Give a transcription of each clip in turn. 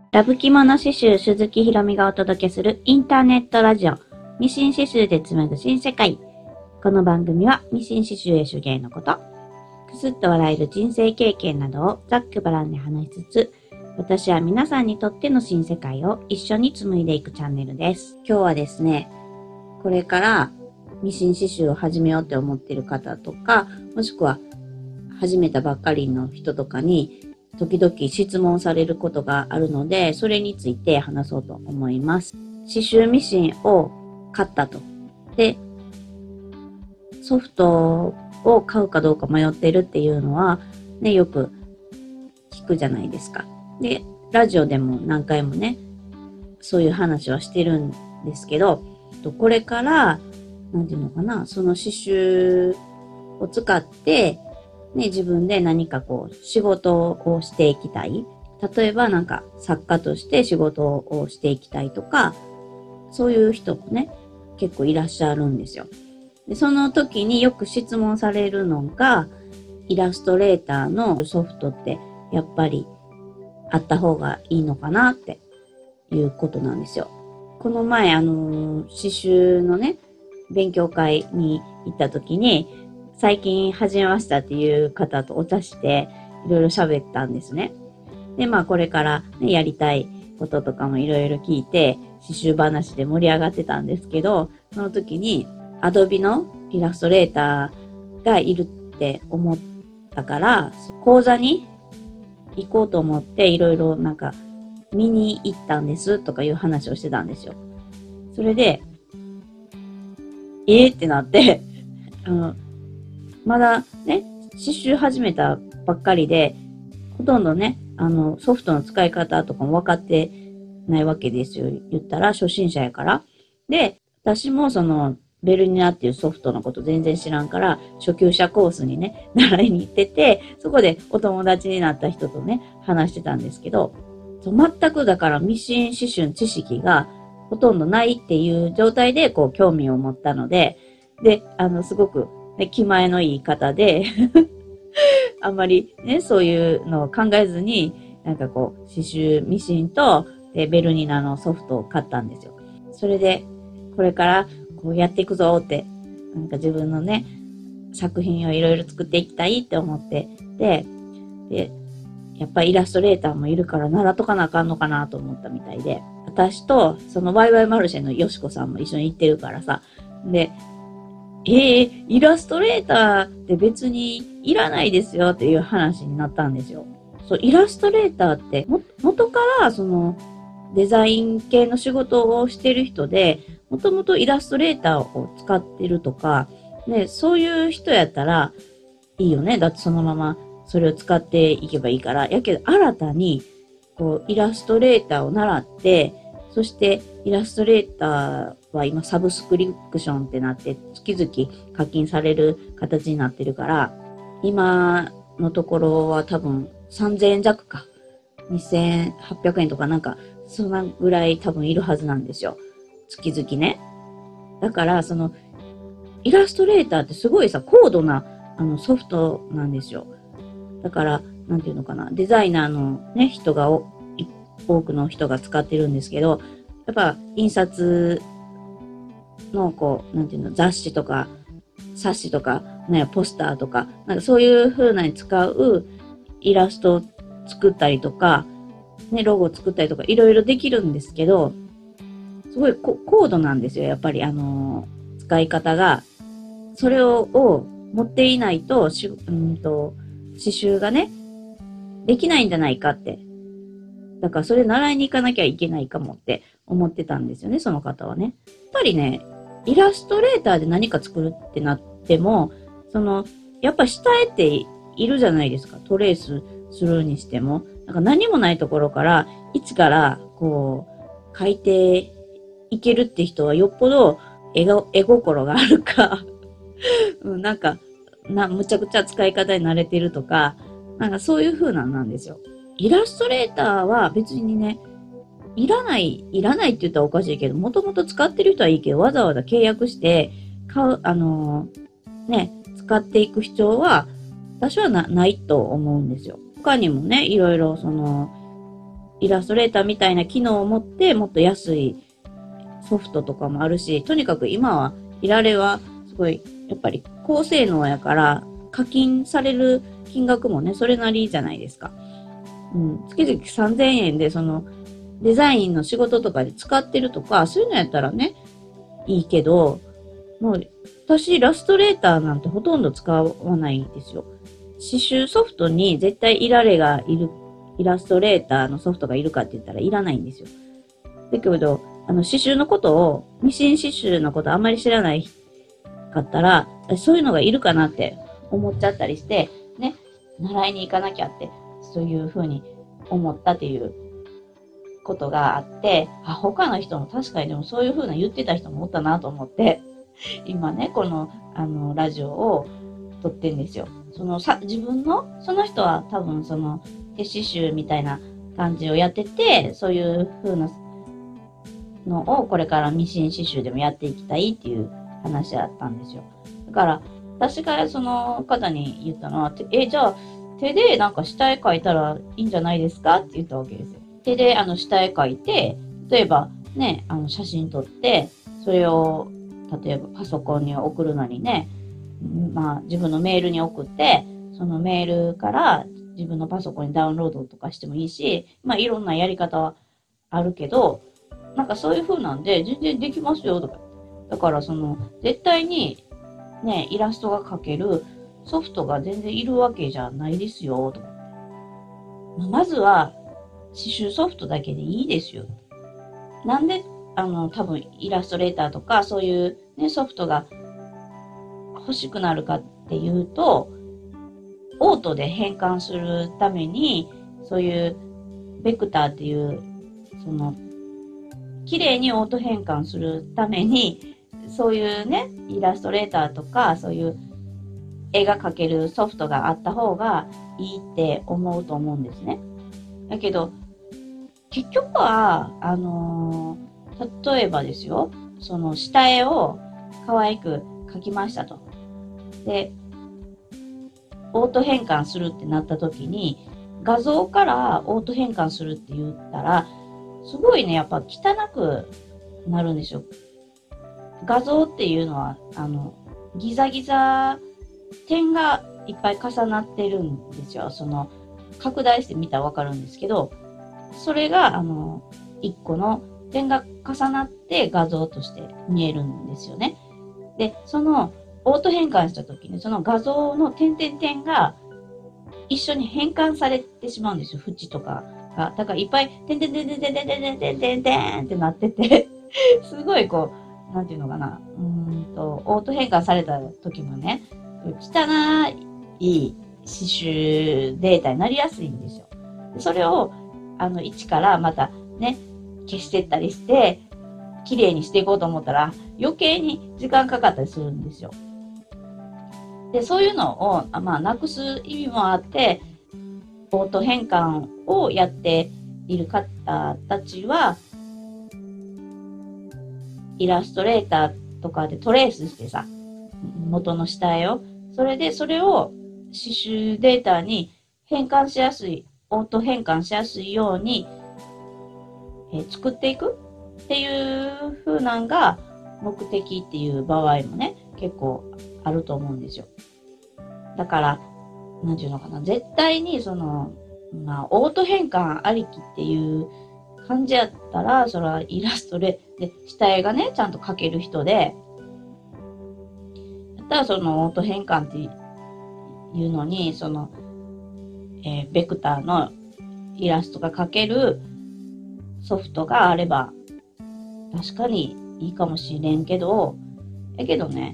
ラブ着物刺繍鈴木ひろみがお届けするインターネットラジオミシン刺繍で紡ぐ新世界。この番組はミシン刺繍へ手芸のこと、くすっと笑える人生経験などをざっくばらんに話しつつ、私は皆さんにとっての新世界を一緒に紡いでいくチャンネルです。今日はですね、これからミシン刺繍を始めようって思っている方とか、もしくは始めたばっかりの人とかに時々質問されることがあるので、それについて話そうと思います。刺繍ミシンを買ったと。で、ソフトを買うかどうか迷ってるっていうのは、ね、よく聞くじゃないですか。で、ラジオでも何回もね、そういう話はしてるんですけど、これから、なんていうのかな、その刺繍を使って、ね、自分で何かこう仕事をしていきたい。例えばなんか作家として仕事をしていきたいとか、そういう人もね、結構いらっしゃるんですよ。で、その時によく質問されるのが、イラストレーターのソフトってやっぱりあった方がいいのかなっていうことなんですよ。この前刺繍のね、勉強会に行った時に、最近始めましたっていう方とお茶していろいろ喋ったんですね。で、まあこれからね、やりたいこととかもいろいろ聞いて、刺繍話で盛り上がってたんですけど、その時に Adobe のイラストレーターがいるって思ったから、講座に行こうと思っていろいろなんか見に行ったんですとかいう話をしてたんですよ。それで、ってなってまだね、刺繍始めたばっかりで、ほとんどね、ソフトの使い方とかも分かってないわけですよ。言ったら初心者やから。で、私もその、ベルニナっていうソフトのこと全然知らんから、初級者コースにね、習いに行ってて、そこでお友達になった人とね、話してたんですけど、全くだからミシン刺繍知識がほとんどないっていう状態で、こう、興味を持ったので、で、すごく、ね、気前のいい方であんまりね、そういうのを考えずに、なんかこう、刺繍ミシンと、で、ベルニナのソフトを買ったんですよ。それで、これからこうやっていくぞって、なんか自分のね、作品をいろいろ作っていきたいって思って、で、やっぱりイラストレーターもいるから習っとかなあかんのかなと思ったみたいで、私とそのワイワイマルシェのよしこさんも一緒に行ってるからさ、で、イラストレーターって別にいらないですよっていう話になったんですよ。そう、イラストレーターって元からそのデザイン系の仕事をしてる人で、もともとイラストレーターを使ってるとか、ね、そういう人やったらいいよね。だってそのままそれを使っていけばいいから。やけど新たにこうイラストレーターを習って、そしてイラストレーターは今サブスクリプションってなって月々課金される形になってるから、今のところは多分3000円弱か。2800円とかなんか、そんなぐらい多分いるはずなんですよ。月々ね。だから、その、イラストレーターってすごいさ、高度なソフトなんですよ。だから、なんていうのかな、デザイナーのね、多くの人が使ってるんですけど、やっぱ印刷のこう、なんていうの、雑誌とか、冊子とか、ね、ポスターとか、なんかそういう風なに使うイラストを作ったりとか、ね、ロゴを作ったりとか、いろいろできるんですけど、すごい高度なんですよ、やっぱり使い方が。それを持っていないと、刺繍がね、できないんじゃないかって。だからそれ習いに行かなきゃいけないかもって思ってたんですよね、その方はね。やっぱりね、イラストレーターで何か作るってなっても、やっぱ下絵っているじゃないですか。トレースするにしても。なんか何もないところから、一からこう、書いていけるって人はよっぽど絵心があるか、なんか、むちゃくちゃ使い方に慣れてるとか、なんかそういう風なんですよ。イラストレーターは別にね、いらないって言ったらおかしいけど、もともと使ってる人はいいけど、わざわざ契約して、使っていく必要は、私はないと思うんですよ。他にもね、いろいろイラストレーターみたいな機能を持ってもっと安いソフトとかもあるし、とにかく今はいられはすごいやっぱり高性能やから課金される金額もね、それなりじゃないですか。月々3000円でそのデザインの仕事とかで使ってるとか、そういうのやったらね、いいけど、もう私イラストレーターなんてほとんど使わないですよ。刺繍ソフトに絶対いられがいる、イラストレーターのソフトがいるかって言ったらいらないんですよ。だけど、刺繍のことを、ミシン刺繍のことあんまり知らないかったら、そういうのがいるかなって思っちゃったりして、ね、習いに行かなきゃって、そういうふうに思ったっていうことがあって、他の人も確かにでもそういうふうな言ってた人もおったなと思って、今ね、この、ラジオを撮ってんですよ。自分の、その人は多分手刺繍みたいな感じをやってて、そういう風なのをこれからミシン刺繍でもやっていきたいっていう話だったんですよ。だから、私がその方に言ったのは、じゃあ、手でなんか下絵描いたらいいんじゃないですかって言ったわけですよ。手で下絵描いて、例えばね、写真撮って、それを、例えばパソコンに送るのにね、自分のメールに送って、そのメールから自分のパソコンにダウンロードとかしてもいいし、いろんなやり方はあるけど、なんかそういう風なんで全然できますよとか。だから絶対にね、イラストが描けるソフトが全然いるわけじゃないですよとか。まずは刺繍ソフトだけでいいですよ。なんで多分イラストレーターとかそういうね、ソフトが欲しくなるかっていうと、オートで変換するために、そういうベクターっていう、綺麗にオート変換するために、そういうね、イラストレーターとか、そういう絵が描けるソフトがあった方がいいって思うと思うんですね。だけど、結局は、例えばですよ、下絵を可愛く描きましたと。で、オート変換するってなった時に、画像からオート変換するって言ったら、すごいね、やっぱ汚くなるんですよ。画像っていうのは、ギザギザ、点がいっぱい重なってるんですよ。拡大して見たらわかるんですけど、それが、一個の点が重なって画像として見えるんですよね。で、オート変換した時に、その画像の点々点が一緒に変換されてしまうんですよ。縁とかが。だからいっぱい、点々点々点々点々点々点々ってなってて、すごいこう、なんていうのかな。オート変換された時もね、汚い刺繍データになりやすいんですよ。それを、一からまたね、消していったりして、綺麗にしていこうと思ったら、余計に時間かかったりするんですよ。で、そういうのを、なくす意味もあって、オート変換をやっている方たちは、イラストレーターとかでトレースしてさ、元の下絵を、それを刺繍データに変換しやすい、オート変換しやすいように、作っていくっていう風なんが目的っていう場合もね、結構あると思うんですよ。だから、なんていうのかな、絶対にオート変換ありきっていう感じやったら、それはイラストで、下絵がね、ちゃんと描ける人で、だったらオート変換っていうのに、ベクターのイラストが描けるソフトがあれば、確かにいいかもしれんけど、やけどね、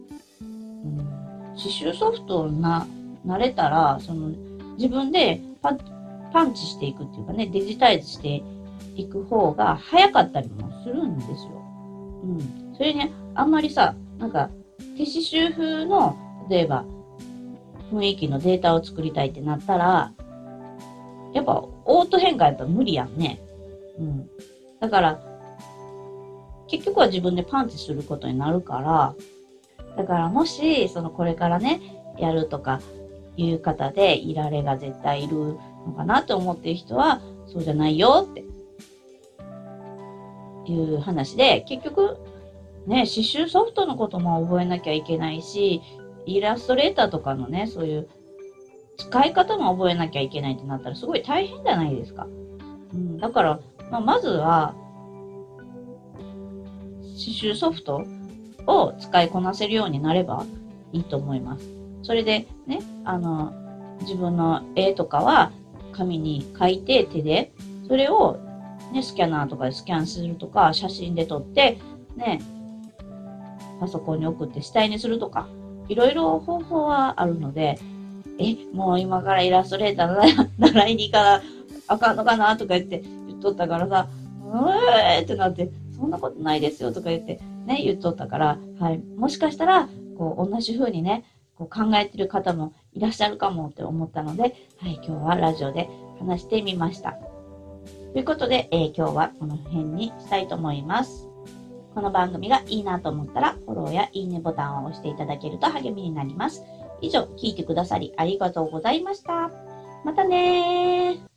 刺繍ソフト慣れたら、自分でパンチしていくっていうかね、デジタイズしていく方が早かったりもするんですよ。それね、あんまりさ、なんか、手刺繍風の、例えば、雰囲気のデータを作りたいってなったら、やっぱ、オート変換やったら無理やんね。だから、結局は自分でパンチすることになるから、だからもし、これからね、やるとかいう方で、いられが絶対いるのかなと思っている人は、 そうじゃないよっていう話で、結局、ね、刺繍ソフトのことも覚えなきゃいけないし、イラストレーターとかのね、そういう使い方も覚えなきゃいけないってなったらすごい大変じゃないですか。だから、まずは、刺繍ソフトを使いこなせるようになればいいと思います。それでね、自分の絵とかは紙に書いて手で、それをね、スキャナーとかでスキャンするとか、写真で撮って、ね、パソコンに送って下絵にするとか、いろいろ方法はあるので、もう今からイラストレーター習いに行かなあかんのかなとか言っとったからさ、ってなって、そんなことないですよとか言ってね、言っとったから、はい。もしかしたら、こう、同じ風にね、こう考えてる方もいらっしゃるかもって思ったので、はい、今日はラジオで話してみました。ということで、今日はこの辺にしたいと思います。この番組がいいなと思ったら、フォローやいいねボタンを押していただけると励みになります。以上、聞いてくださりありがとうございました。またねー。